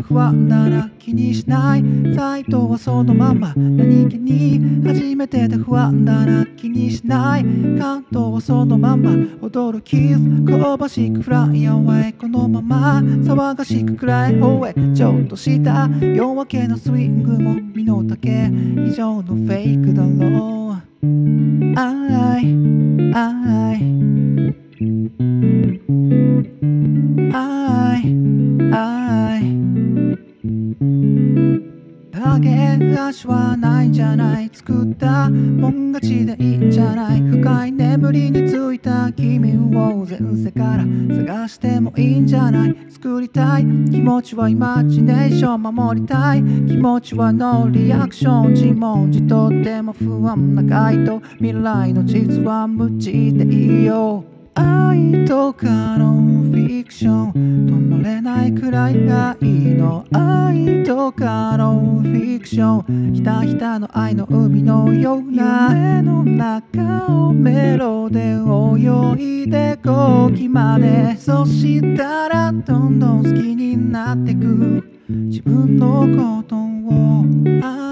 不安なら気にしない。サイトはそのまま何気に初めてで不安なら気にしない。感動はそのまま踊るキス香ばしくフライアウェイこのまま騒がしく暗い方へちょっとした夜明けのスイングも身の丈以上のフェイクだろう。愛愛上げ足はないんじゃない。作ったもん勝ちでいいんじゃない。深い眠りについた君を前世から探してもいいんじゃない。作りたい気持ちはイマジネーション守りたい気持ちはノーリアクション自問自答でも不安な回答未来の実は無知でいいよ。愛とかのフィクション止まれないくらいがいいの。愛とかのフィクションひたひたの愛の海のような夢の中をメロで泳いで後期まで。そしたらどんどん好きになってく自分のことを